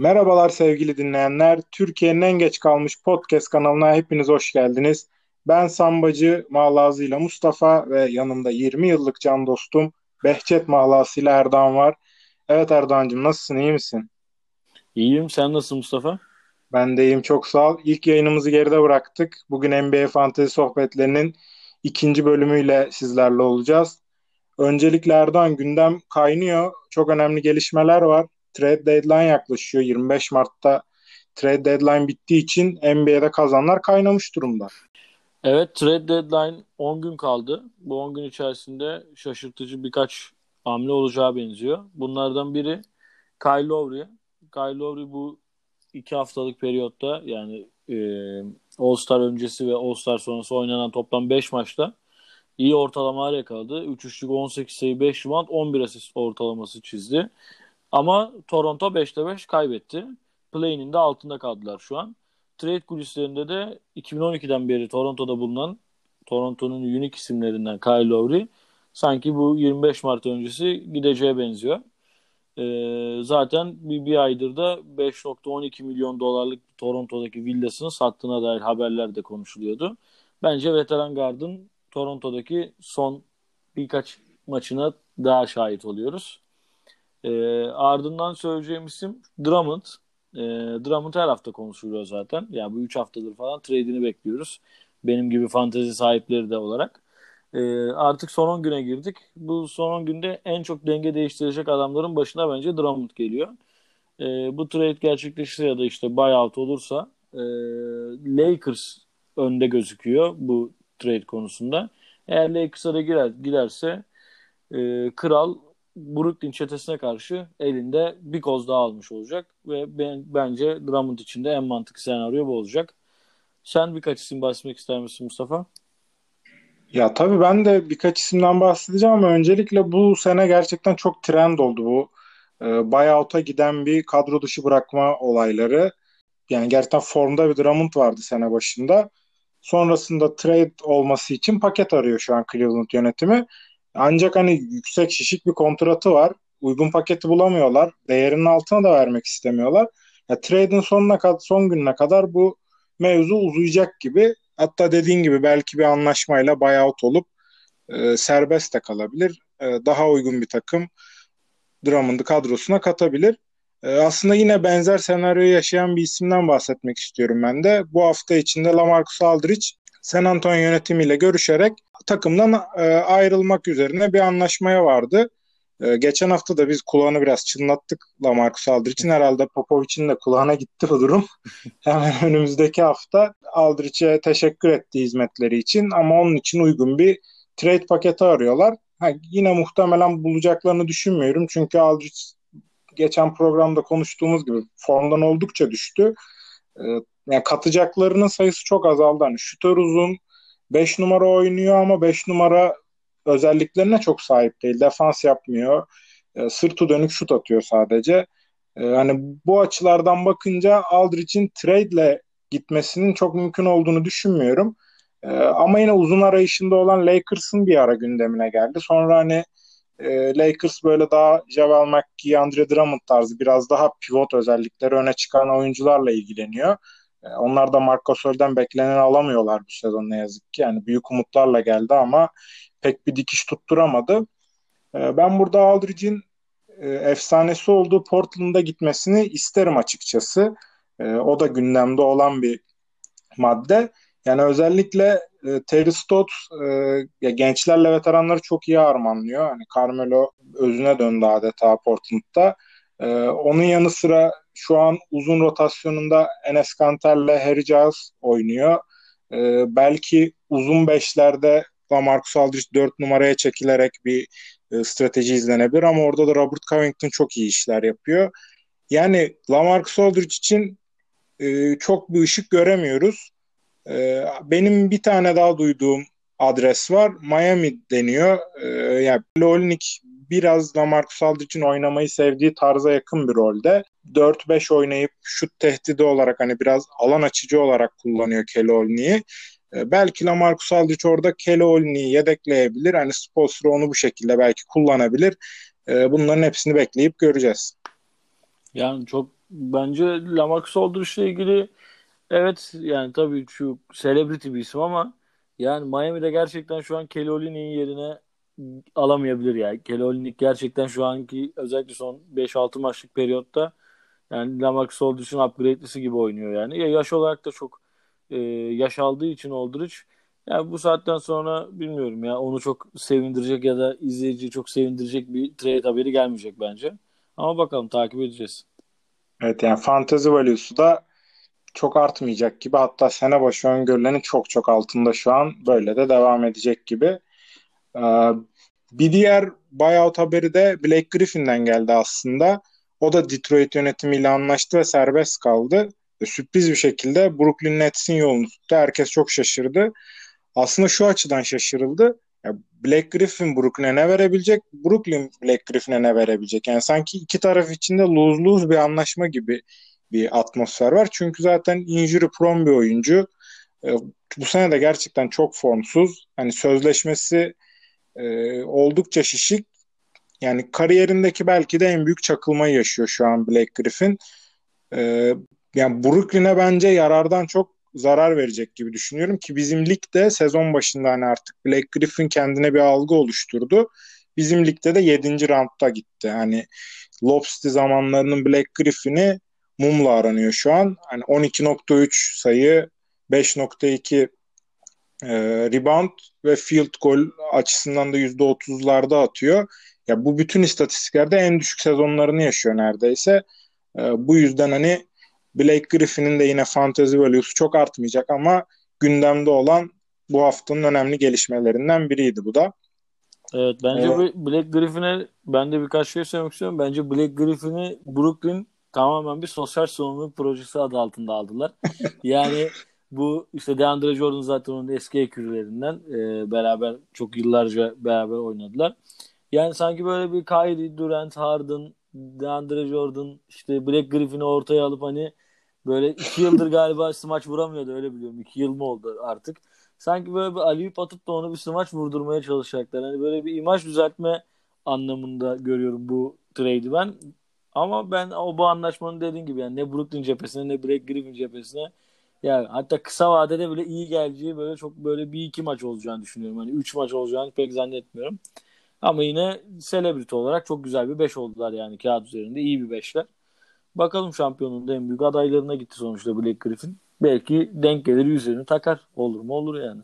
Merhabalar sevgili dinleyenler. Türkiye'nin en geç kalmış podcast kanalına hepiniz hoş geldiniz. Ben Sambacı Mağlazı'yla Mustafa ve yanımda 20 yıllık can dostum Behçet Mağlazı'yla Erdoğan var. Evet Erdoğan'cığım, nasılsın, iyi misin? İyiyim. Sen nasılsın Mustafa? Ben de iyiyim, çok sağ ol. İlk yayınımızı geride bıraktık. Bugün NBA Fantezi sohbetlerinin ikinci bölümüyle sizlerle olacağız. Öncelikle Erdoğan, gündem kaynıyor. Çok önemli gelişmeler var. Trade deadline yaklaşıyor. 25 Mart'ta trade deadline bittiği için NBA'de kazanlar kaynamış durumda. Evet, trade deadline 10 gün kaldı. Bu 10 gün içerisinde şaşırtıcı birkaç hamle olacağı benziyor. Bunlardan biri Kyle Lowry. Kyle Lowry bu 2 haftalık periyotta yani All-Star öncesi ve All-Star sonrası oynanan toplam 5 maçta iyi ortalamalar yakaladı. 3 üçlük 18 sayı 5 rebound 11 asist ortalaması çizdi. Ama Toronto 5'te 5 kaybetti. Play-in'in de altında kaldılar şu an. Trade kulislerinde de 2012'den beri Toronto'da bulunan Toronto'nun unik isimlerinden Kyle Lowry sanki bu 25 Mart öncesi gideceğe benziyor. Zaten bir aydır da 5,12 milyon dolarlık Toronto'daki villasını sattığına dair haberler de konuşuluyordu. Bence veteran Gard'ın Toronto'daki son birkaç maçına daha şahit oluyoruz. Ardından söyleyeceğim isim Drummond. Drummond her hafta konuşuluyor zaten. Yani bu 3 haftadır falan trade'ini bekliyoruz. Benim gibi fantezi sahipleri de olarak. Artık son 10 güne girdik. Bu son 10 günde en çok denge değiştirecek adamların başına bence Drummond geliyor. Bu trade gerçekleşirse ya da işte buyout olursa Lakers önde gözüküyor bu trade konusunda. Eğer Lakers'a da giderse Kral Brooklyn çetesine karşı elinde bir koz daha almış olacak ve bence Drummond için de en mantıklı senaryo bu olacak. Sen birkaç isim bahsetmek ister misin Mustafa? Ya tabii ben de birkaç isimden bahsedeceğim ama öncelikle bu sene gerçekten çok trend oldu bu. Buyout'a giden bir kadro dışı bırakma olayları. Yani gerçekten formda bir Drummond vardı sene başında. Sonrasında trade olması için paket arıyor şu an Cleveland yönetimi. Ancak hani yüksek şişik bir kontratı var. Uygun paketi bulamıyorlar. Değerinin altına da vermek istemiyorlar. Ya trade'in son gününe kadar bu mevzu uzayacak gibi. Hatta dediğin gibi belki bir anlaşmayla buyout olup serbest de kalabilir. Daha uygun bir takım Drummond'u kadrosuna katabilir. Aslında yine benzer senaryoyu yaşayan bir isimden bahsetmek istiyorum ben de. Bu hafta içinde LaMarcus Aldridge San Antonio yönetimiyle görüşerek takımdan ayrılmak üzerine bir anlaşmaya vardı. Geçen hafta da biz kulağını biraz çınlattık LaMarcus Aldridge'in. Herhalde Popovic'in de kulağına gitti bu durum. Hemen önümüzdeki hafta Aldridge'e teşekkür etti hizmetleri için ama onun için uygun bir trade paketi arıyorlar. Yine muhtemelen bulacaklarını düşünmüyorum. Çünkü Aldridge geçen programda konuştuğumuz gibi formdan oldukça düştü. Ee, Yani katacaklarının sayısı çok azaldı. Hani şutör uzun, 5 numara oynuyor ama 5 numara özelliklerine çok sahip değil. Defans yapmıyor. Sırtı dönük şut atıyor sadece. Hani bu açılardan bakınca Aldridge'in trade'le gitmesinin çok mümkün olduğunu düşünmüyorum. Ama yine uzun arayışında olan Lakers'ın bir ara gündemine geldi. Sonra hani Lakers böyle daha Javel McGee, Andre Drummond tarzı biraz daha pivot özellikleri öne çıkan oyuncularla ilgileniyor. Onlar da Marc Gasol'den bekleneni alamıyorlar bu sezon ne yazık ki. Yani büyük umutlarla geldi ama pek bir dikiş tutturamadı. Ben burada Aldridge'in efsanesi olduğu Portland'a gitmesini isterim açıkçası. O da gündemde olan bir madde. Yani özellikle Terry Stotts ya gençlerle veteranları çok iyi harmanlıyor. Hani Carmelo özüne döndü adeta Portland'da. Onun yanı sıra şu an uzun rotasyonunda Enes Kanter'le Harry Giles oynuyor. Belki uzun beşlerde LaMarcus Aldridge 4 numaraya çekilerek bir strateji izlenebilir ama orada da Robert Covington çok iyi işler yapıyor. Yani LaMarcus Aldridge için çok bir ışık göremiyoruz. Benim bir tane daha duyduğum adres var. Miami deniyor. Yani Olynyk biraz da Marcus Aldridge'in oynamayı sevdiği tarza yakın bir rolde. 4-5 oynayıp şut tehdidi olarak hani biraz alan açıcı olarak kullanıyor Kelly Olynyk'i. Belki Lamarcus Aldridge orada Kelly Olynyk'i yedekleyebilir. Hani Spoelstra onu bu şekilde belki kullanabilir. Bunların hepsini bekleyip göreceğiz. Yani çok Bence Lamarcus Aldridge'le ilgili evet yani tabii şu celebrity bir isim ama yani Miami'de gerçekten şu an Kelly Olynyk'in yerine alamayabilir ya. Kelly Olynyk gerçekten şu anki özellikle son 5-6 maçlık periyotta yani Lamarcus Aldridge'in upgrade'lisi gibi oynuyor yani. Ya yaş olarak da çok yaş aldığı için Aldridge yani bu saatten sonra bilmiyorum ya onu çok sevindirecek ya da izleyiciyi çok sevindirecek bir trade haberi gelmeyecek bence. Ama bakalım takip edeceğiz. Evet, yani fantasy value'su da çok artmayacak gibi. Hatta sene başı öngörülerin çok çok altında şu an. Böyle de devam edecek gibi. Ee, Bir diğer buyout haberi de Blake Griffin'den geldi aslında. O da Detroit yönetimiyle anlaştı ve serbest kaldı. Sürpriz bir şekilde Brooklyn Nets'in yolunu tuttu. Herkes çok şaşırdı. Aslında şu açıdan şaşırıldı. Ya Blake Griffin Brooklyn'e ne verebilecek? Brooklyn Blake Griffin'e ne verebilecek? Yani sanki iki taraf içinde lose-lose bir anlaşma gibi bir atmosfer var. Çünkü zaten injury prone bir oyuncu. E, Bu sene de gerçekten çok formsuz. Hani sözleşmesi oldukça şişik. Yani kariyerindeki belki de en büyük çakılmayı yaşıyor şu an Blake Griffin. E, Yani Brooklyn'e bence yarardan çok zarar verecek gibi düşünüyorum ki bizim ligde sezon başında hani artık Blake Griffin kendine bir algı oluşturdu. Bizim ligde de 7. roundda gitti. Hani Lobster zamanlarının Blake Griffin'i mumla aranıyor şu an. Hani 12.3 sayı, 5.2 rebound ve field goal açısından da %30'larda atıyor. Ya bu bütün istatistiklerde en düşük sezonlarını yaşıyor neredeyse. Bu yüzden hani Blake Griffin'in de yine fantasy value'su çok artmayacak ama gündemde olan bu haftanın önemli gelişmelerinden biriydi bu da. Evet bence E, bu Black Griffin'e ben de birkaç şey söylemek istiyorum. Bence Black Griffin'i Brooklyn tamamen bir sosyal sorumluluk projesi adı altında aldılar. Yani bu işte DeAndre Jordan zaten onun eski ekürülerinden beraber çok yıllarca beraber oynadılar. Yani sanki böyle bir Kyrie, Durant, Harden, DeAndre Jordan işte Black Griffin'i ortaya alıp hani böyle 2 yıldır galiba smaç vuramıyordu öyle biliyorum. 2 yıl mı oldu artık. Sanki böyle bir alley-oop atıp da onu bir smaç vurdurmaya çalışacaklar. Hani böyle bir imaj düzeltme anlamında görüyorum bu trade'i ben. Ama ben o bu anlaşmanın dediğin gibi yani ne Brooklyn cephesine ne Blake Griffin cephesine yani hatta kısa vadede bile iyi geleceği böyle çok böyle bir iki maç olacağını düşünüyorum. Hani 3 maç olacağını pek zannetmiyorum. Ama yine celebrity olarak çok güzel bir 5 oldular yani kağıt üzerinde iyi bir beşler. Bakalım şampiyonun da en büyük adaylarına gitti sonuçta Blake Griffin. Belki denk gelir yüzüğünü takar. Olur mu olur yani.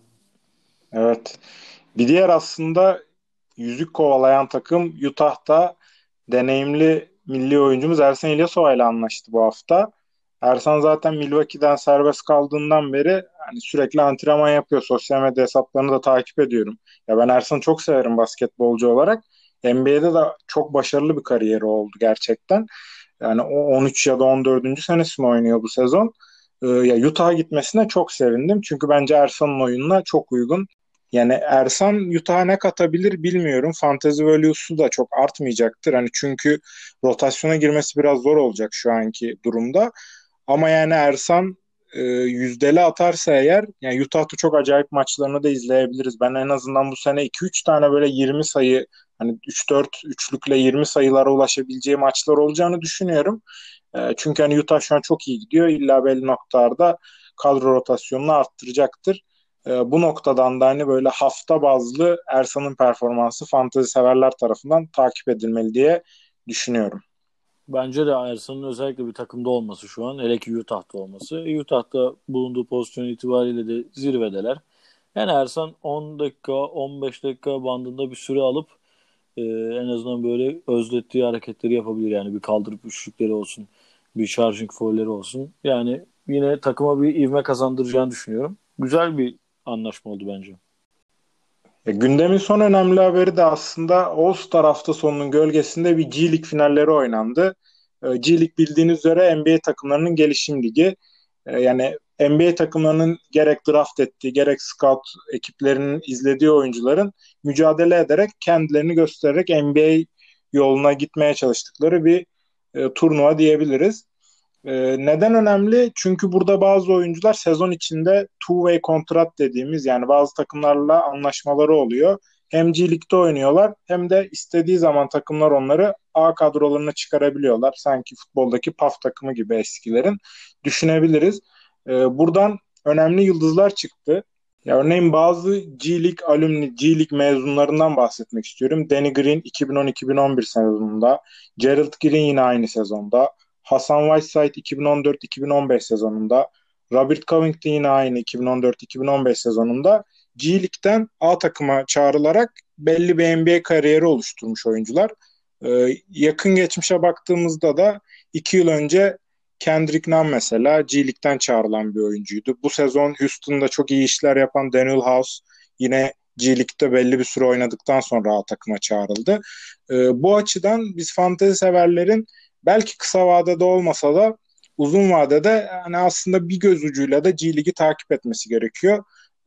evet. Bir diğer aslında yüzük kovalayan takım Utah'ta deneyimli milli oyuncumuz Ersan İlyasova ile anlaştı bu hafta. Ersan zaten Milwaukee'den serbest kaldığından beri hani sürekli antrenman yapıyor. Sosyal medya hesaplarını da takip ediyorum. Ya ben Ersan'ı çok severim basketbolcu olarak. NBA'de de çok başarılı bir kariyeri oldu gerçekten. Yani o 13 ya da 14. senesini oynuyor bu sezon. Ya Utah'a gitmesine çok sevindim. Çünkü bence Ersan'ın oyununa çok uygun. Yani Ersan Utah'a ne katabilir bilmiyorum. Fantasy value'su da çok artmayacaktır. Hani çünkü rotasyona girmesi biraz zor olacak şu anki durumda. Ama yani Ersan yüzdeli atarsa eğer yani Utah'ta çok acayip maçlarını da izleyebiliriz. Ben en azından bu sene 2-3 tane böyle 20 sayı hani 3-4 üçlükle 20 sayılara ulaşabileceği maçlar olacağını düşünüyorum. Çünkü hani Utah şu an çok iyi gidiyor. İlla belli noktalarda kadro rotasyonunu arttıracaktır. Bu noktadan da hani böyle hafta bazlı Ersan'ın performansı fantezi severler tarafından takip edilmeli diye düşünüyorum. Bence de Ersan'ın özellikle bir takımda olması şu an. Hele ki Utah'ta olması. Utah'ta bulunduğu pozisyon itibariyle de zirvedeler. Yani Ersan 10 dakika 15 dakika bandında bir süre alıp en azından böyle özlettiği hareketleri yapabilir. Yani bir kaldırıp üçlükleri olsun. Bir charging foul'leri olsun. Yani yine takıma bir ivme kazandıracağını düşünüyorum. Güzel bir anlaşma oldu bence. Gündemin son önemli haberi de aslında All-Star hafta sonunun gölgesinde bir G League finalleri oynandı. G League bildiğiniz üzere NBA takımlarının gelişim ligi. Yani NBA takımlarının gerek draft ettiği gerek scout ekiplerinin izlediği oyuncuların mücadele ederek kendilerini göstererek NBA yoluna gitmeye çalıştıkları bir turnuva diyebiliriz. Neden önemli? Çünkü burada bazı oyuncular sezon içinde two-way kontrat dediğimiz yani bazı takımlarla anlaşmaları oluyor. Hem G League'de oynuyorlar hem de istediği zaman takımlar onları A kadrolarını çıkarabiliyorlar. Sanki futboldaki PAF takımı gibi eskilerin düşünebiliriz. Buradan önemli yıldızlar çıktı. Ya örneğin bazı G League alumni, G League mezunlarından bahsetmek istiyorum. Danny Green 2010-2011 sezonunda, Gerald Green yine aynı sezonda, Hasan Whiteside 2014-2015 sezonunda, Robert Covington yine aynı 2014-2015 sezonunda G League'den A takıma çağrılarak belli bir NBA kariyeri oluşturmuş oyuncular. Yakın geçmişe baktığımızda da 2 yıl önce Kendrick Nunn mesela G League'den çağrılan bir oyuncuydu. Bu sezon Houston'da çok iyi işler yapan Daniel House yine G League'de belli bir süre oynadıktan sonra A takıma çağrıldı. Bu açıdan biz fantezi severlerin belki kısa vadede olmasa da uzun vadede hani aslında bir göz ucuyla da G League'i takip etmesi gerekiyor.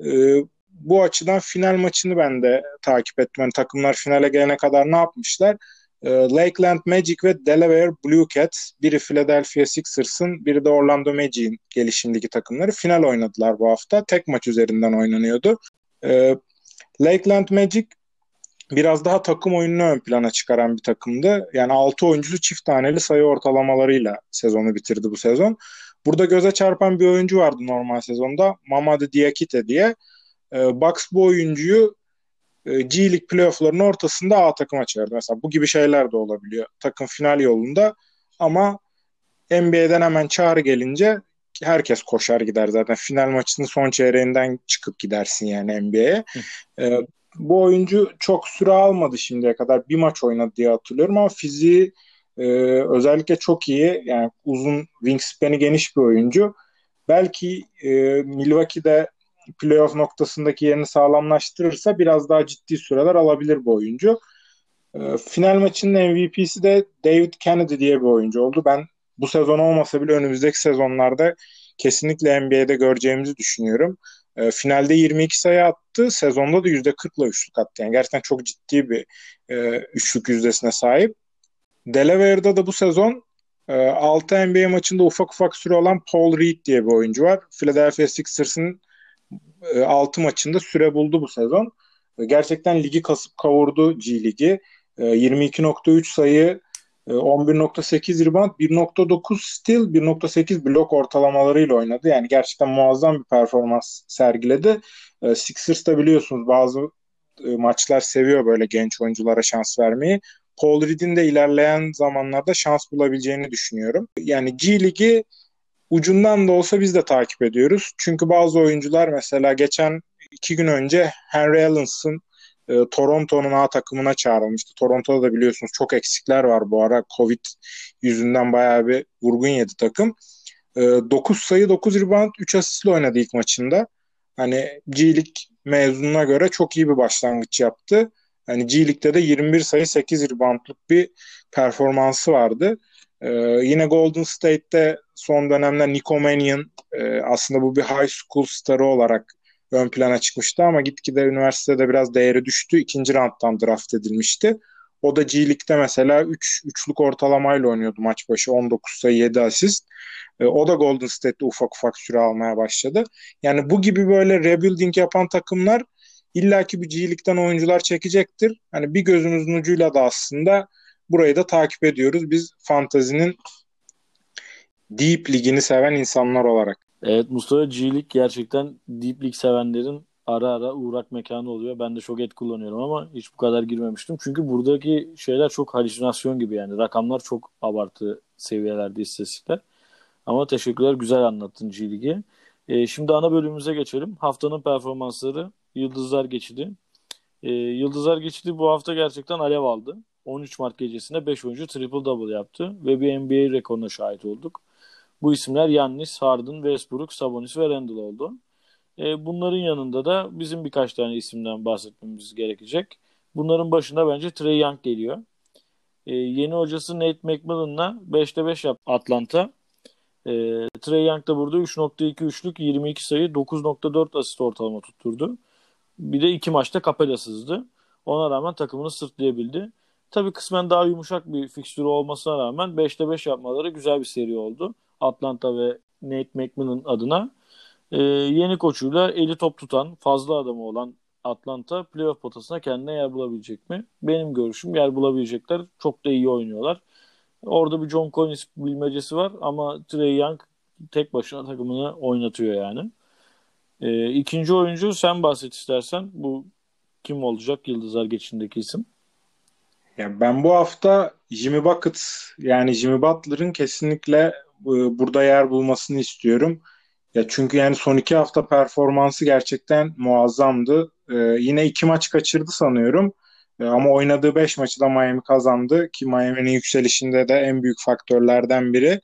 Bu açıdan final maçını ben de takip ettim. Yani takımlar finale gelene kadar ne yapmışlar? Lakeland Magic ve Delaware Blue Cats, biri Philadelphia Sixers'ın, biri de Orlando Magic'in gelişim ligi takımları final oynadılar bu hafta. Tek maç üzerinden oynanıyordu. Lakeland Magic biraz daha takım oyununu ön plana çıkaran bir takımdı. Yani 6 oyuncusu çift taneli sayı ortalamalarıyla sezonu bitirdi bu sezon. Burada göze çarpan bir oyuncu vardı normal sezonda, Mamadi Diakite diye. Bucks bu oyuncuyu G League playoff'larının ortasında A takıma çağırdı. Mesela bu gibi şeyler de olabiliyor. Takım final yolunda ama NBA'den hemen çağrı gelince herkes koşar gider zaten. Final maçının son çeyreğinden çıkıp gidersin yani NBA'ye. Bu oyuncu çok süre almadı şimdiye kadar. Bir maç oynadı diye hatırlıyorum ama fiziği özellikle çok iyi. Yani uzun, wingspan'i geniş bir oyuncu. Belki Milwaukee'de playoff noktasındaki yerini sağlamlaştırırsa biraz daha ciddi süreler alabilir bu oyuncu. Final maçının MVP'si de David Kennedy diye bir oyuncu oldu. Ben bu sezon olmasa bile önümüzdeki sezonlarda kesinlikle NBA'de göreceğimizi düşünüyorum. Finalde 22 sayı attı. Sezonda da %40'la üçlük attı. Yani gerçekten çok ciddi bir üçlük yüzdesine sahip. Delaware'da da bu sezon 6 NBA maçında ufak ufak süre olan Paul Reed diye bir oyuncu var. Philadelphia Sixers'ın 6 maçında süre buldu bu sezon. Gerçekten ligi kasıp kavurdu G Ligi. 22.3 sayı, 11.8 rebound, 1.9 steal, 1.8 blok ortalamalarıyla oynadı. Yani gerçekten muazzam bir performans sergiledi. Sixers da biliyorsunuz bazı maçlar seviyor böyle genç oyunculara şans vermeyi. Paul Reed'in de ilerleyen zamanlarda şans bulabileceğini düşünüyorum. Yani G Ligi ucundan da olsa biz de takip ediyoruz. Çünkü bazı oyuncular mesela geçen 2 gün önce Henry Allenson Toronto'nun A takımına çağrılmıştı. Toronto'da da biliyorsunuz çok eksikler var bu ara. Covid yüzünden bayağı bir vurgun yedi takım. 9 sayı, 9 rebound, 3 asistle oynadı ilk maçında. Hani G League mezununa göre çok iyi bir başlangıç yaptı. Hani G League'de de 21 sayı, 8 reboundluk bir performansı vardı. Yine Golden State'te son dönemler Nico Mannion aslında bu bir high school starı olarak ön plana çıkmıştı ama gitgide üniversitede biraz değeri düştü. İkinci rounddan draft edilmişti. O da G League'de mesela 3'lük ortalamayla oynuyordu maç başı. 19 sayı 7 asist. O da Golden State'te ufak ufak süre almaya başladı. Yani bu gibi böyle rebuilding yapan takımlar illaki bir G League'den oyuncular çekecektir. Hani bir gözümüzün ucuyla da aslında burayı da takip ediyoruz. Biz fantazinin Deep Lig'ini seven insanlar olarak. Evet, Mustafa, G League gerçekten Deep League sevenlerin ara ara uğrak mekanı oluyor. Ben de çok et kullanıyorum ama hiç bu kadar girmemiştim. Çünkü buradaki şeyler çok halüsinasyon gibi yani. Rakamlar çok abartı seviyelerde, istatistikler. Ama teşekkürler, güzel anlattın G League'i. Şimdi ana bölümümüze geçelim. Haftanın performansları Yıldızlar Geçidi. Yıldızlar Geçidi bu hafta gerçekten alev aldı. 13 Mart gecesinde 5 oyuncu triple double yaptı ve bir NBA rekoruna şahit olduk. Bu isimler Giannis, Harden, Westbrook, Sabonis ve Randle oldu. Bunların yanında da bizim birkaç tane isimden bahsetmemiz gerekecek. Bunların başında bence Trae Young geliyor. Yeni hocası Nate McMillan'la 5'te 5 yaptı Atlanta. Trae Young da burada 3.2 üçlük, 22 sayı, 9.4 asist ortalama tutturdu. Bir de 2 maçta Capela sızdı. Ona rağmen takımını sırtlayabildi. Tabii kısmen daha yumuşak bir fikstürü olmasına rağmen 5'te 5 yapmaları güzel bir seri oldu. Atlanta ve Nate McMillan adına. Yeni koçuyla eli top tutan, fazla adamı olan Atlanta playoff potasına kendine yer bulabilecek mi? Benim görüşüm yer bulabilecekler. Çok da iyi oynuyorlar. Orada bir John Collins bilmecesi var ama Trae Young tek başına takımını oynatıyor yani. İkinci oyuncu sen bahset istersen. Bu kim olacak Yıldızlar geçişindeki isim? Ya ben bu hafta Jimmy Bucket yani Jimmy Butler'ın kesinlikle burada yer bulmasını istiyorum. Ya çünkü yani son 2 hafta performansı gerçekten muazzamdı. Yine 2 maç kaçırdı sanıyorum. Ama oynadığı 5 maçı da Miami kazandı ki Miami'nin yükselişinde de en büyük faktörlerden biri.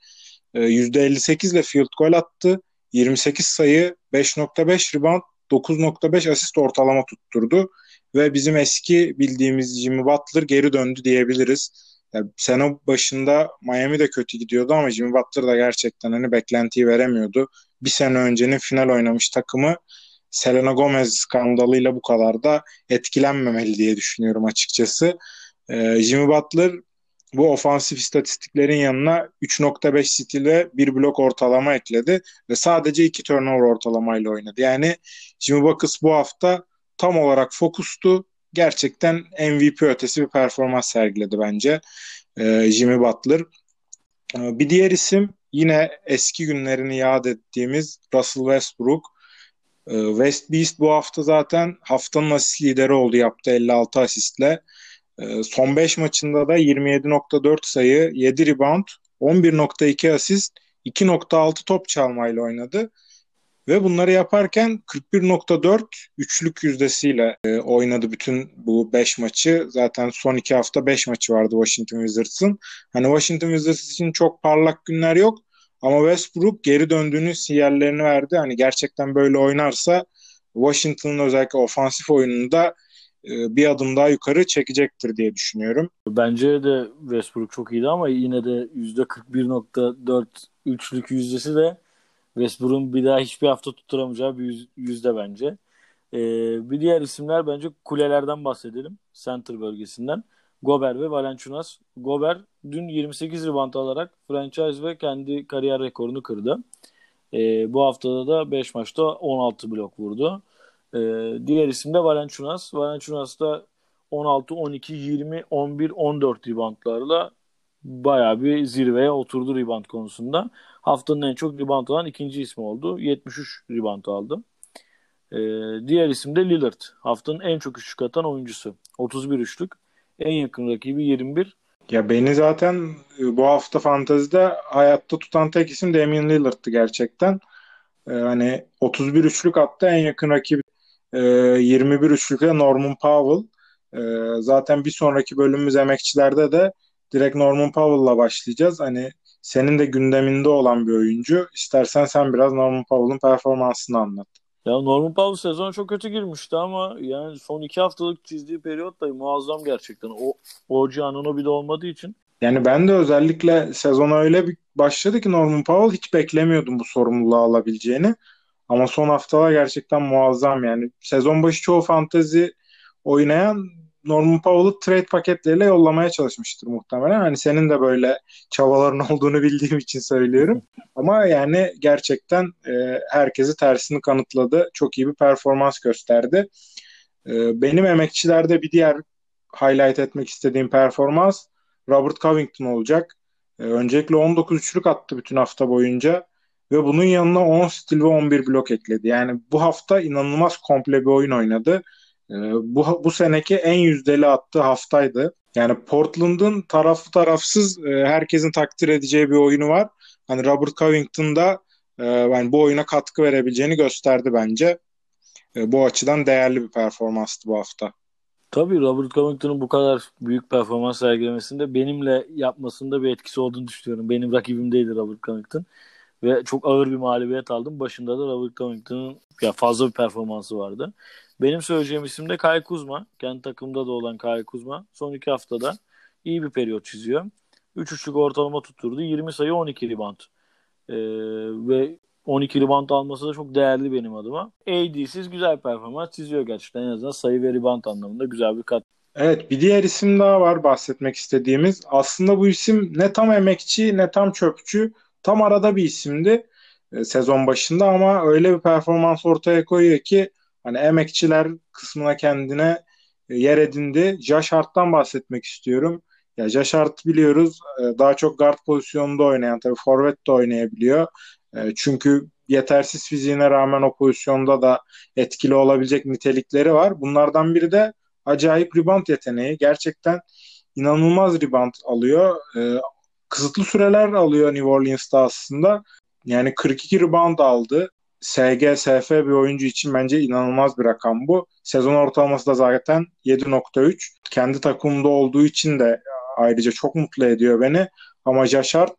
%58 ile field goal attı. 28 sayı, 5.5 rebound, 9.5 asist ortalama tutturdu. Ve bizim eski bildiğimiz Jimmy Butler geri döndü diyebiliriz. Sene başında Miami de kötü gidiyordu ama Jimmy Butler da gerçekten hani beklentiyi veremiyordu. Bir sene öncenin final oynamış takımı Selena Gomez skandalıyla bu kadar da etkilenmemeli diye düşünüyorum açıkçası. Jimmy Butler bu ofansif istatistiklerin yanına 3.5 stil ve 1 blok ortalama ekledi ve sadece 2 turnover ortalamayla oynadı. Yani Jimmy Buckets bu hafta tam olarak fokustu. Gerçekten MVP ötesi bir performans sergiledi bence Jimmy Butler. Bir diğer isim yine eski günlerini yad ettiğimiz Russell Westbrook. West Beast bu hafta zaten haftanın asist lideri oldu, yaptı 56 asistle. Son 5 maçında da 27.4 sayı, 7 rebound, 11.2 asist, 2.6 top çalmayla oynadı. Ve bunları yaparken 41.4 üçlük yüzdesiyle oynadı bütün bu 5 maçı. Zaten son 2 hafta 5 maçı vardı Washington Wizards'ın. Hani Washington Wizards için çok parlak günler yok. Ama Westbrook geri döndüğünü sinyallerini verdi. Hani gerçekten böyle oynarsa Washington'ın özellikle ofansif oyununda bir adım daha yukarı çekecektir diye düşünüyorum. Bence de Westbrook çok iyiydi ama yine de %41.4 üçlük yüzdesi de Westbrook'un bir daha hiçbir hafta tutturamayacağı bir yüzde bence. Bir diğer isimler bence kulelerden bahsedelim. Center bölgesinden. Gobert ve Valanciunas. Gobert dün 28 rebound alarak franchise ve kendi kariyer rekorunu kırdı. Bu haftada da 5 maçta 16 blok vurdu. Diğer isim de Valanciunas. Valanciunas da 16, 12, 20, 11, 14 reboundlarla bayağı bir zirveye oturdu rebound konusunda. Haftanın en çok rebound alan ikinci ismi oldu. 73 rebound aldı. Ee, Diğer isim de Lillard. Haftanın en çok üçlük atan oyuncusu. 31 üçlük. En yakın rakibi 21. Ya beni zaten bu hafta fantezide hayatta tutan tek isim Damian Lillard'tı gerçekten. Hani 31 üçlük attı, en yakın rakibi 21 üçlükle Norman Powell. Zaten bir sonraki bölümümüz emekçilerde de direkt Norman Powell'la başlayacağız. Hani senin de gündeminde olan bir oyuncu. İstersen sen biraz Norman Powell'ın performansını anlat. Ya Norman Powell sezon çok kötü girmişti ama yani son 2 haftalık çizdiği periyot da muazzam gerçekten. O Anunoby de olmadığı için. Yani ben de özellikle sezona öyle bir başladı ki Norman Powell hiç beklemiyordum bu sorumluluğu alabileceğini. Ama son haftalar gerçekten muazzam yani. Sezon başı çoğu fantezi oynayan Norman Powell'ı trade paketleriyle yollamaya çalışmıştır muhtemelen. Hani senin de böyle çabaların olduğunu bildiğim için söylüyorum. Ama yani gerçekten herkesi tersini kanıtladı. Çok iyi bir performans gösterdi. Benim emekçilerde bir diğer highlight etmek istediğim performans Robert Covington olacak. Öncelikle 19 üçlük attı bütün hafta boyunca ve bunun yanına 10 stil ve 11 blok ekledi. Yani bu hafta inanılmaz komple bir oyun oynadı. Bu seneki en yüzdeli attığı haftaydı. Yani Portland'ın taraflı tarafsız herkesin takdir edeceği bir oyunu var. Hani Robert Covington da yani bu oyuna katkı verebileceğini gösterdi bence. Bu açıdan değerli bir performanstı bu hafta. Tabii Robert Covington'un bu kadar büyük performans sergilemesinde benimle yapmasında bir etkisi olduğunu düşünüyorum. Benim rakibimdeydi Robert Covington ve çok ağır bir mağlubiyet aldım. Başında da Robert Covington'ın ya fazla bir performansı vardı. Benim söyleyeceğim isim de Kyle Kuzma. Kendi takımda da olan Kyle Kuzma. Son 2 haftada iyi bir periyot çiziyor. 3 üçlük ortalama tutturdu. 20 sayı 12 rebound. Ve 12 rebound alması da çok değerli benim adıma. AD'siz güzel performans çiziyor gerçekten. En azından sayı ve rebound anlamında güzel bir kat. Evet, bir diğer isim daha var bahsetmek istediğimiz. Aslında bu isim ne tam emekçi ne tam çöpçü. Tam arada bir isimdi sezon başında ama öyle bir performans ortaya koyuyor ki hani emekçiler kısmına kendine yer edindi. Josh Hart'tan bahsetmek istiyorum. Ya Josh Hart biliyoruz daha çok guard pozisyonunda oynayan, tabii forvet de oynayabiliyor. Çünkü yetersiz fiziğine rağmen o pozisyonda da etkili olabilecek nitelikleri var. Bunlardan biri de acayip rebound yeteneği. Gerçekten inanılmaz rebound alıyor. Kısıtlı süreler alıyor New Orleans'ta aslında. Yani 42 rebound aldı. SG, SF bir oyuncu için bence inanılmaz bir rakam bu. Sezon ortalaması da zaten 7.3. Kendi takımımda olduğu için de ayrıca çok mutlu ediyor beni. Ama Jaşart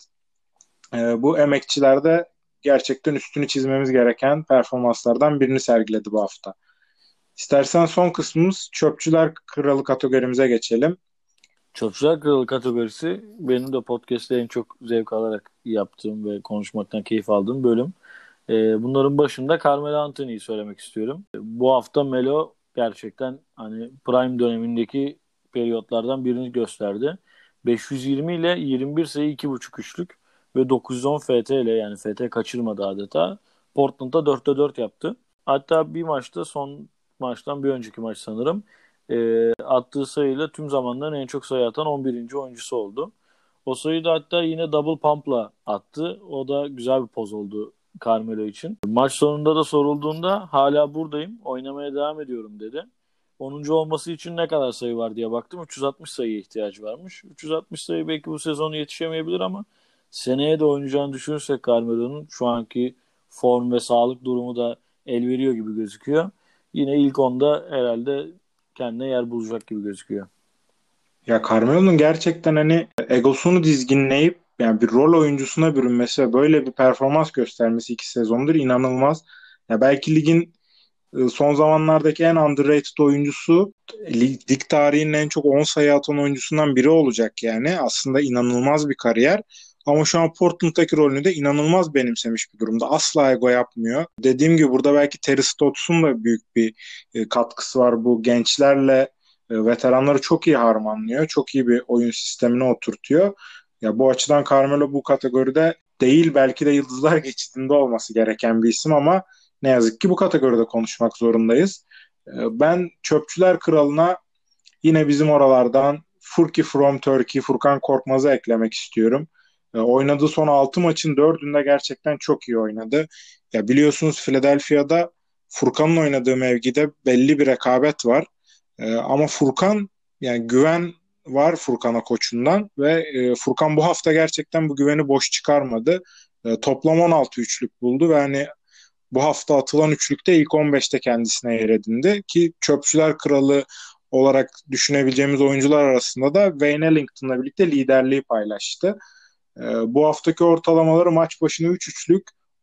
bu emekçilerde gerçekten üstünü çizmemiz gereken performanslardan birini sergiledi bu hafta. İstersen son kısmımız çöpçüler kralı kategorimize geçelim. Çöpçüler Kralı kategorisi benim de podcast'te en çok zevk alarak yaptığım ve konuşmaktan keyif aldığım bölüm. Bunların başında Carmelo Anthony'yi söylemek istiyorum. Bu hafta Melo gerçekten hani prime dönemindeki periyotlardan birini gösterdi. 520 ile 21 sayı 2.5 üçlük ve 910 FT ile, yani FT kaçırmadı adeta, Portland'da 4'te 4 yaptı. Hatta bir maçta, son maçtan bir önceki maç sanırım, attığı sayıyla tüm zamanların en çok sayı atan 11. oyuncusu oldu. O sayıyı da hatta yine double pump'la attı. O da güzel bir poz oldu Carmelo için. Maç sonunda da sorulduğunda hala buradayım, oynamaya devam ediyorum dedi. 10. olması için ne kadar sayı var diye baktım. 360 sayıya ihtiyacı varmış. 360 sayı belki bu sezonu yetişemeyebilir ama seneye de oynayacağını düşünürsek Carmelo'nun şu anki form ve sağlık durumu da el veriyor gibi gözüküyor. Yine ilk onda herhalde kendine yer bulacak gibi gözüküyor. Ya Carmelo'nun gerçekten hani egosunu dizginleyip yani bir rol oyuncusuna bürünmesi ve böyle bir performans göstermesi 2 sezondur inanılmaz. Ya belki ligin son zamanlardaki en underrated oyuncusu, lig tarihinin en çok 10 sayı atan oyuncusundan biri olacak yani. Aslında inanılmaz bir kariyer. Ama şu an Portland'daki rolünü de inanılmaz benimsemiş bir durumda. Asla ego yapmıyor. Dediğim gibi burada belki Terry Stotts'un da büyük bir katkısı var. Bu gençlerle veteranları çok iyi harmanlıyor. Çok iyi bir oyun sistemine oturtuyor. Ya bu açıdan Carmelo bu kategoride değil, belki de Yıldızlar Geçidi'nde olması gereken bir isim ama ne yazık ki bu kategoride konuşmak zorundayız. Ben Çöpçüler Kralı'na yine bizim oralardan Furki from Turkey, Furkan Korkmaz'ı eklemek istiyorum. Oynadığı son 6 maçın 4'ünde gerçekten çok iyi oynadı. Ya biliyorsunuz Philadelphia'da Furkan'ın oynadığı mevkide belli bir rekabet var. Ama Furkan, yani güven var Furkan'a koçundan ve Furkan bu hafta gerçekten bu güveni boş çıkarmadı. Toplam 16 üçlük buldu ve hani bu hafta atılan üçlükte ilk 15'te kendisine yer edindi ki Çöpçüler Kralı olarak düşünebileceğimiz oyuncular arasında da Wayne Ellington'la birlikte liderliği paylaştı. Bu haftaki ortalamaları maç başına 3 üçlük,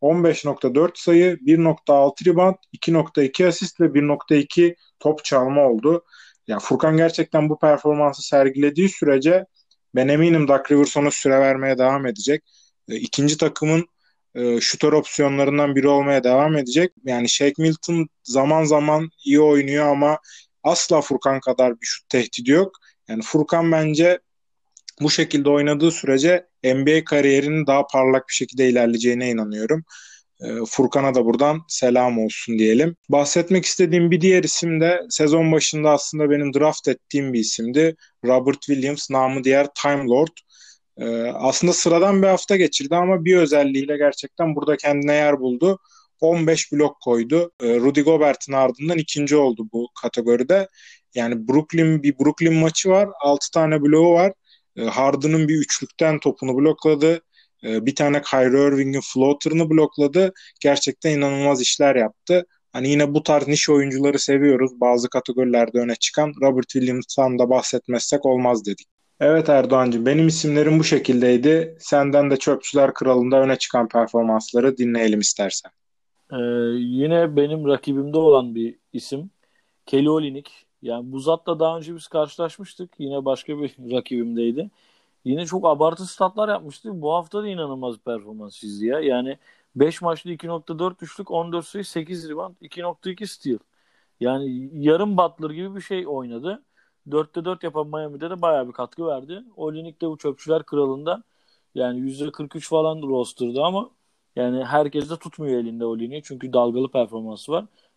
15.4 sayı, 1.6 rebound, 2.2 asist ve 1.2 top çalma oldu. Ya Furkan gerçekten bu performansı sergilediği sürece ben eminim Doug Rivers ona süre vermeye devam edecek. İkinci takımın şutör opsiyonlarından biri olmaya devam edecek. Yani Shake Milton zaman zaman iyi oynuyor ama asla Furkan kadar bir şut tehdidi yok. Yani Furkan bence bu şekilde oynadığı sürece NBA kariyerinin daha parlak bir şekilde ilerleyeceğine inanıyorum. Furkan'a da buradan selam olsun diyelim. Bahsetmek istediğim bir diğer isim de sezon başında aslında benim draft ettiğim bir isimdi. Robert Williams, namı diğer Time Lord. Aslında sıradan bir hafta geçirdi ama bir özelliğiyle gerçekten burada kendine yer buldu. 15 blok koydu. Rudy Gobert'in ardından ikinci oldu bu kategoride. Yani Brooklyn maçı var. 6 tane bloğu var. Harden'ın bir üçlükten topunu blokladı. Bir tane Kyrie Irving'in floater'ını blokladı. Gerçekten inanılmaz işler yaptı. Hani yine bu tarz niş oyuncuları seviyoruz. Bazı kategorilerde öne çıkan Robert Williams'tan da bahsetmezsek olmaz dedik. Evet Erdoğan'cığım, benim isimlerim bu şekildeydi. Senden de Çöpçüler Kralı'nda öne çıkan performansları dinleyelim istersen. Ee, Yine benim rakibimde olan bir isim Kelly Olynyk. Yani bu zatla daha önce biz karşılaşmıştık. Yine başka bir rakibimdeydi. Yine çok abartı statlar yapmıştı. Bu hafta da inanılmaz bir performans çizdi ya. Yani 5 maçta 2.4 üçlük, 14 sayı, 8 rebound, 2.2 steal. Yani yarım Butler gibi bir şey oynadı. 4'te 4 yapan Miami'de de bayağı bir katkı verdi. Olynyk de bu çöpçüler kralında yani %43 falan roster'da ama yani herkes de tutmuyor elinde Olynyk'i çünkü dalgalı performansı var.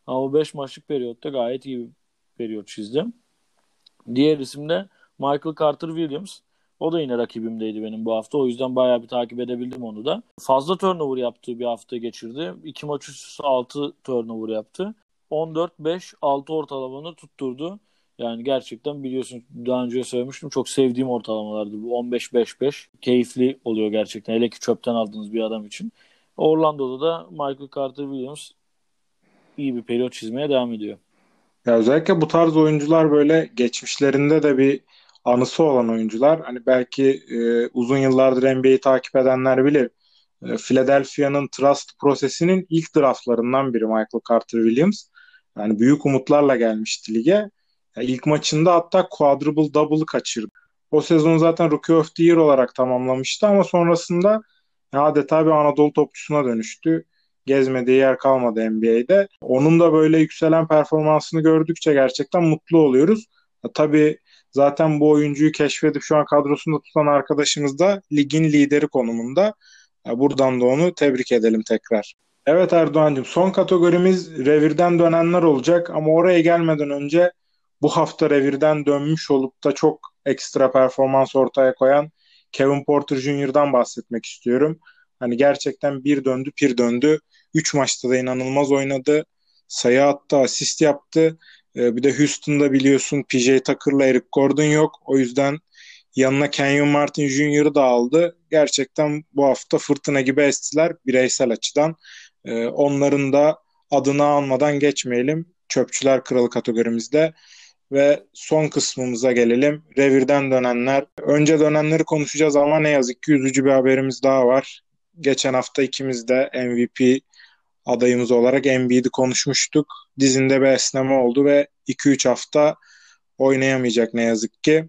Ama o 5 maçlık periyotta gayet iyi bir periyot çizdi. Diğer isim de Michael Carter Williams. O da yine rakibimdeydi benim bu hafta. O yüzden bayağı bir takip edebildim onu da. Fazla turnover yaptığı bir hafta geçirdi. 2 maç üst üste 6 turnover yaptı. 14-5-6 ortalamanı tutturdu. Yani gerçekten biliyorsun, daha önce söylemiştim, çok sevdiğim ortalamalardı bu 15-5-5. Keyifli oluyor gerçekten. Hele ki çöpten aldığınız bir adam için. Orlando'da da Michael Carter Williams iyi bir periyot çizmeye devam ediyor. Ya özellikle bu tarz oyuncular böyle geçmişlerinde de bir anısı olan oyuncular. Hani belki uzun yıllardır NBA'yi takip edenler bilir. Philadelphia'nın Trust prosesinin ilk draftlarından biri Michael Carter Williams. Yani büyük umutlarla gelmişti lige. Ya ilk maçında hatta quadruple double'ı kaçırdı. O sezon zaten Rookie of the Year olarak tamamlamıştı ama sonrasında adeta bir Anadolu topçusuna dönüştü. Gezmediği yer kalmadı NBA'de. Onun da böyle yükselen performansını gördükçe gerçekten mutlu oluyoruz. Tabii zaten bu oyuncuyu keşfedip şu an kadrosunda tutan arkadaşımız da ligin lideri konumunda. Buradan da onu tebrik edelim tekrar. Evet Erdoğan'cığım, son kategorimiz revirden dönenler olacak ama oraya gelmeden önce bu hafta revirden dönmüş olup da çok ekstra performans ortaya koyan Kevin Porter Jr.'dan bahsetmek istiyorum. Hani gerçekten bir döndü pir döndü. 3 maçta da inanılmaz oynadı. Sayı attı, asist yaptı. Bir de Houston'da biliyorsun PJ Tucker'la Eric Gordon yok. O yüzden yanına Kenyon Martin Jr.'ı da aldı. Gerçekten bu hafta fırtına gibi estiler bireysel açıdan. Onların da adını almadan geçmeyelim. Çöpçüler Kralı kategorimizde. Ve son kısmımıza gelelim. Revirden dönenler. Önce dönenleri konuşacağız ama ne yazık ki üzücü bir haberimiz daha var. Geçen hafta ikimiz de MVP adayımız olarak Embiid'i konuşmuştuk. Dizinde bir esneme oldu ve 2-3 hafta oynayamayacak ne yazık ki.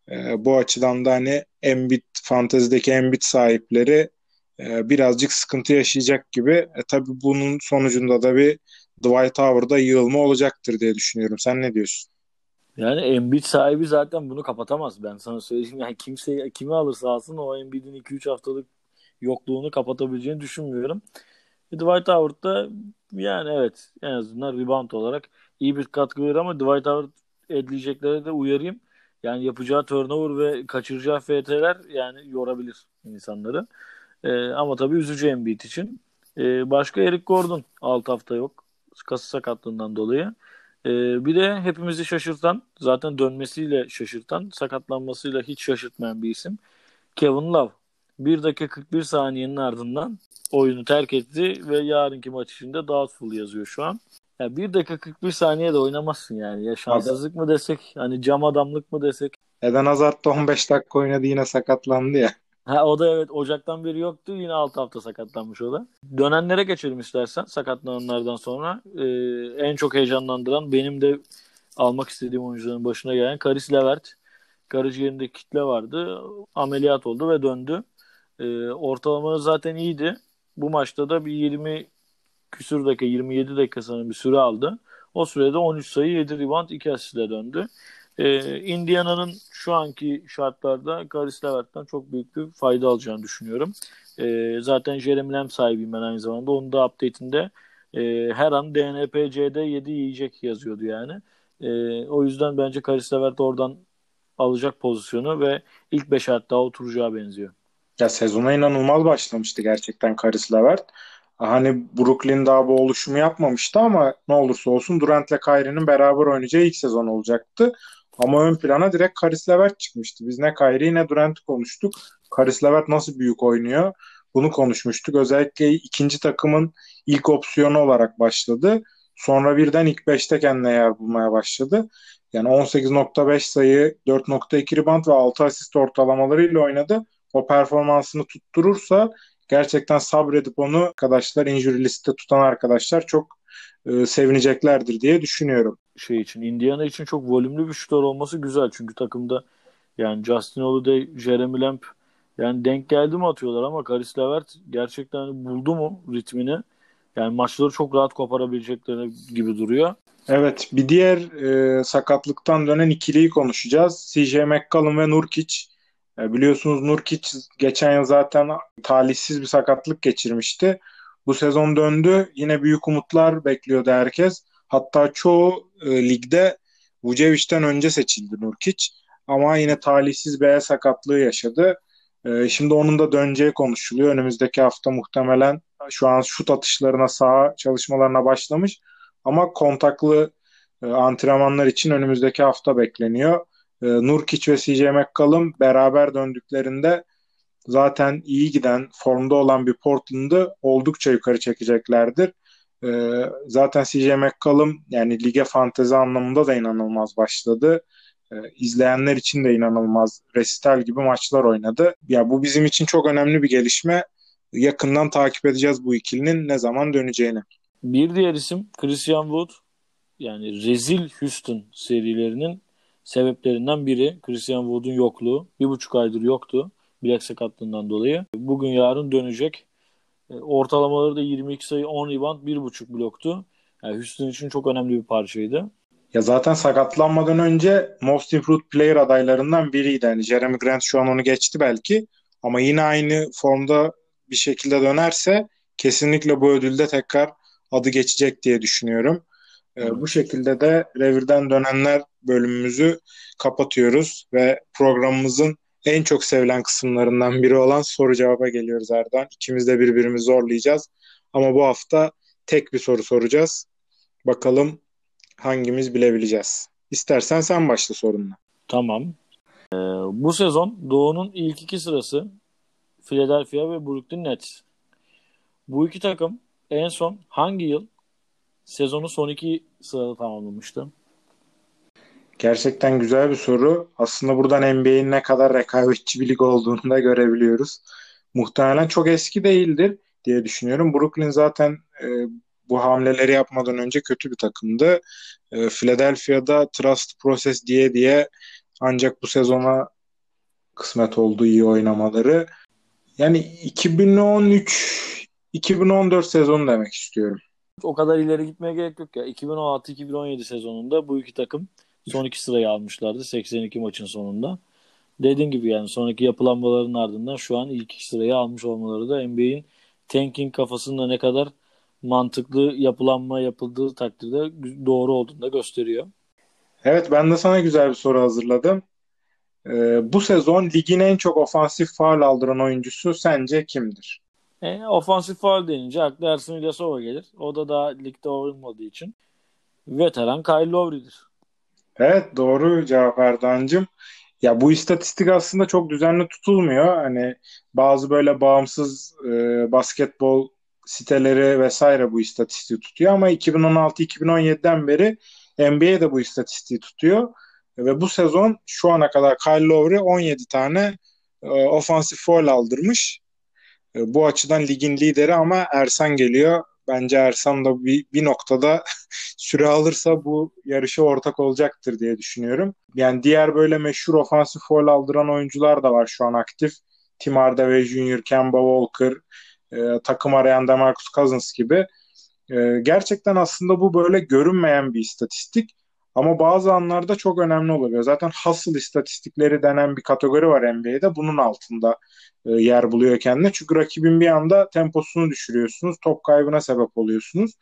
Bu açıdan da hani Embiid, fantezideki Embiid sahipleri birazcık sıkıntı yaşayacak gibi. Tabii bunun sonucunda da bir Dwight Howard'a yığılma olacaktır diye düşünüyorum. Sen ne diyorsun? Yani Embiid sahibi zaten bunu kapatamaz. Ben sana söyleyeyim. Yani kimse kimi alırsa alsın o Embiid'in 2-3 haftalık yokluğunu kapatabileceğini düşünmüyorum. Dwight Howard da yani evet, en azından rebound olarak iyi bir katkı verir ama Dwight Howard edileceklere de uyarayım. Yani yapacağı turnover ve kaçıracağı FT'ler yani yorabilir insanları. Ama tabii üzücü Embiid için. Başka Eric Gordon 6 hafta yok. Kası sakatlığından dolayı. Bir de hepimizi şaşırtan, zaten dönmesiyle şaşırtan, sakatlanmasıyla hiç şaşırtmayan bir isim. Kevin Love. 1 dakika 41 saniyenin ardından oyunu terk etti ve yarınki maç için de doubtful yazıyor şu an. Ya 1 dakika 41 saniye de oynamazsın yani. Ya Abi, şanssızlık mı desek, hani cam adamlık mı desek. Eden Hazard da 15 dakika oynadı yine sakatlandı ya. Ha, o da evet, Ocak'tan beri yoktu. Yine 6 hafta sakatlanmış o da. Dönenlere geçelim istersen, sakatlananlardan sonra. En çok heyecanlandıran, benim de almak istediğim oyuncuların başına gelen Caris LeVert. Karaciğerinde kitle vardı. Ameliyat oldu ve döndü. Ortalamaları zaten iyiydi. Bu maçta da bir 20 küsür dakika, 27 dakika sanırım bir süre aldı. O sürede 13 sayı, 7 rebound, 2 asistle döndü. Indiana'nın şu anki şartlarda Caris LeVert'ten çok büyük bir fayda alacağını düşünüyorum. Zaten Jeremy Lamb sahibiyim ben aynı zamanda. Onun da update'inde her an DNPC'de 7 yiyecek yazıyordu yani. O yüzden bence Caris LeVert oradan alacak pozisyonu ve ilk 5 hatta oturacağı benziyor. Ya sezona inanılmaz başlamıştı gerçekten Caris LeVert. Hani Brooklyn daha bu oluşumu yapmamıştı ama ne olursa olsun Durant'le Kyrie'nin beraber oynayacağı ilk sezon olacaktı. Ama ön plana direkt Caris LeVert çıkmıştı. Biz ne Kyrie'yi ne Durant'ı konuştuk. Caris LeVert nasıl büyük oynuyor? Bunu konuşmuştuk. Özellikle ikinci takımın ilk opsiyonu olarak başladı. Sonra birden ilk 5'te kendine yer bulmaya başladı. Yani 18.5 sayı, 4.2 rebound ve 6 asist ortalamalarıyla oynadı. O performansını tutturursa gerçekten sabredip onu arkadaşlar, injury liste tutan arkadaşlar çok sevineceklerdir diye düşünüyorum. Şey için, Indiana için çok volümlü bir şutör olması güzel. Çünkü takımda yani Justin Holiday, Jeremy Lamb yani denk geldi mi atıyorlar ama Caris LeVert gerçekten buldu mu ritmini? Yani maçları çok rahat koparabilecekleri gibi duruyor. Evet, bir diğer sakatlıktan dönen ikiliyi konuşacağız. CJ McCollum ve Nurkic. Biliyorsunuz Nurkic geçen yıl zaten talihsiz bir sakatlık geçirmişti. Bu sezon döndü. Yine büyük umutlar bekliyordu herkes. Hatta çoğu ligde Vucevic'ten önce seçildi Nurkic. Ama yine talihsiz bir el sakatlığı yaşadı. Şimdi onun da döneceği konuşuluyor. Önümüzdeki hafta muhtemelen şu an şut atışlarına, saha çalışmalarına başlamış. Ama kontaklı antrenmanlar için önümüzdeki hafta bekleniyor. Nurkic ve CJ McCollum beraber döndüklerinde zaten iyi giden, formda olan bir Portland'ı oldukça yukarı çekeceklerdir. Zaten CJ McCollum yani lige fantezi anlamında da inanılmaz başladı. İzleyenler için de inanılmaz resital gibi maçlar oynadı. Ya bu bizim için çok önemli bir gelişme. Yakından takip edeceğiz bu ikilinin ne zaman döneceğini. Bir diğer isim Christian Wood. Yani rezil Houston serilerinin sebeplerinden biri Christian Wood'un yokluğu. 1,5 aydır yoktu bilek sakatlığından dolayı. Bugün yarın dönecek. Ortalamaları da 22 sayı, 10 rebound, 1,5 bloktu. Yani Houston için çok önemli bir parçaydı. Ya zaten sakatlanmadan önce Most Improved Player adaylarından biriydi. Yani Jeremy Grant şu an onu geçti belki. Ama yine aynı formda bir şekilde dönerse kesinlikle bu ödülde tekrar adı geçecek diye düşünüyorum. Bu Evet. şekilde de Revir'den dönenler bölümümüzü kapatıyoruz ve programımızın en çok sevilen kısımlarından biri olan soru cevaba geliyoruz Erdoğan. İkimiz de birbirimizi zorlayacağız. Ama bu hafta tek bir soru soracağız. Bakalım hangimiz bilebileceğiz. İstersen sen başla sorunla. Tamam. Bu sezon Doğu'nun ilk iki sırası Philadelphia ve Brooklyn Nets. Bu iki takım en son hangi yıl sezonu son iki sırada tamamlamıştı? Gerçekten güzel bir soru. Aslında buradan NBA'in ne kadar rekabetçi bir lig olduğunu da görebiliyoruz. Muhtemelen çok eski değildir diye düşünüyorum. Brooklyn zaten bu hamleleri yapmadan önce kötü bir takımdı. Philadelphia'da Trust Process diye diye ancak bu sezona kısmet oldu iyi oynamaları. Yani 2013-2014 sezonu demek istiyorum. O kadar ileri gitmeye gerek yok ya. 2016-2017 sezonunda bu iki takım son iki sırayı almışlardı 82 maçın sonunda. Dediğim gibi yani sonraki yapılanmaların ardından şu an ilk iki sırayı almış olmaları da NBA'in tanking kafasında ne kadar mantıklı yapılanma yapıldığı takdirde doğru olduğunu da gösteriyor. Evet, ben de sana güzel bir soru hazırladım. Bu sezon ligin en çok ofansif faul aldıran oyuncusu sence kimdir? Ofansif faul denince akla Ersun İlyasova gelir. O da daha ligde olmadığı için veteran Kyle Lowry'dir. Evet, doğru cevap Erdoğan'cığım. Ya bu istatistik aslında çok düzenli tutulmuyor. Hani bazı böyle bağımsız basketbol siteleri vesaire bu istatistiği tutuyor ama 2016-2017'den beri NBA de bu istatistiği tutuyor. Ve bu sezon şu ana kadar Kyle Lowry 17 tane ofansif foul aldırmış. Bu açıdan ligin lideri ama Ersan geliyor. Bence Ersan da bir noktada süre alırsa bu yarışa ortak olacaktır diye düşünüyorum. Yani diğer böyle meşhur ofansif foul aldıran oyuncular da var şu an aktif. Tim Hardaway Jr., Kemba Walker, takım arayan DeMarcus Cousins gibi. Gerçekten aslında bu böyle görünmeyen bir istatistik. Ama bazı anlarda çok önemli oluyor. Zaten hustle istatistikleri denen bir kategori var NBA'de. Bunun altında yer buluyor kendine. Çünkü rakibin bir anda temposunu düşürüyorsunuz. Top kaybına sebep oluyorsunuz.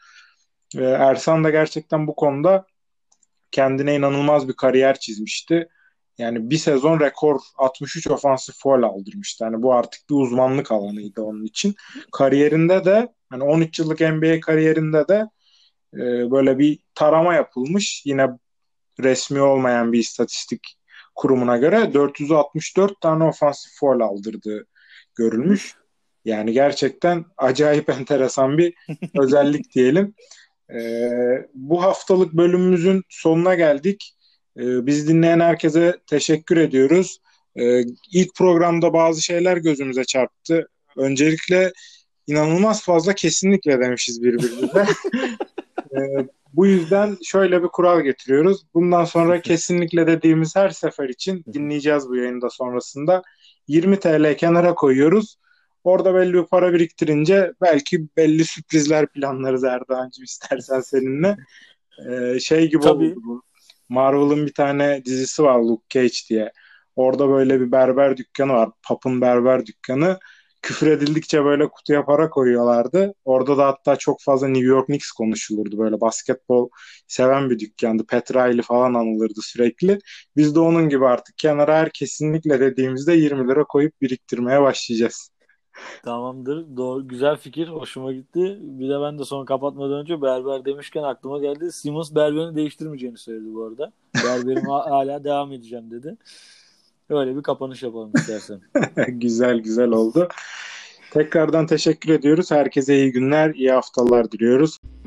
Ersan da gerçekten bu konuda kendine inanılmaz bir kariyer çizmişti. Yani bir sezon rekor 63 ofansif foul aldırmıştı. Yani bu artık bir uzmanlık alanıydı onun için. Kariyerinde de hani 13 yıllık NBA kariyerinde de böyle bir tarama yapılmış. Yine resmi olmayan bir istatistik kurumuna göre 464 tane ofansif foul aldırdığı görülmüş. Üf. Yani gerçekten acayip enteresan bir özellik diyelim. Bu haftalık bölümümüzün sonuna geldik. Biz dinleyen herkese teşekkür ediyoruz. İlk programda bazı şeyler gözümüze çarptı. Öncelikle inanılmaz fazla kesinlikle demişiz birbirimize. Bu yüzden şöyle bir kural getiriyoruz. Bundan sonra kesinlikle dediğimiz her sefer için dinleyeceğiz bu yayında sonrasında. 20 TL kenara koyuyoruz. Orada belli bir para biriktirince belki belli sürprizler planlarız Erdoğan'cığım istersen seninle. Şey gibi oldu Tabii. bu. Marvel'ın bir tane dizisi var Luke Cage diye. Orada böyle bir berber dükkanı var. Pap'ın berber dükkanı. küfür edildikçe böyle kutuya para koyuyorlardı. Orada da hatta çok fazla New York Knicks konuşulurdu. Böyle basketbol seven bir dükkandı. Pat Riley falan anılırdı sürekli. Biz de onun gibi artık kenara her kesinlikle dediğimizde 20 lira koyup biriktirmeye başlayacağız. Tamamdır. Doğru, güzel fikir. Hoşuma gitti. Bir de ben de son kapatmadan önce berber demişken aklıma geldi. Simmons berberini değiştirmeyeceğini söyledi bu arada. Berberim hala devam edeceğim dedi. Öyle bir kapanış yapalım istersen. Güzel güzel oldu. Tekrardan teşekkür ediyoruz. Herkese iyi günler, iyi haftalar diliyoruz.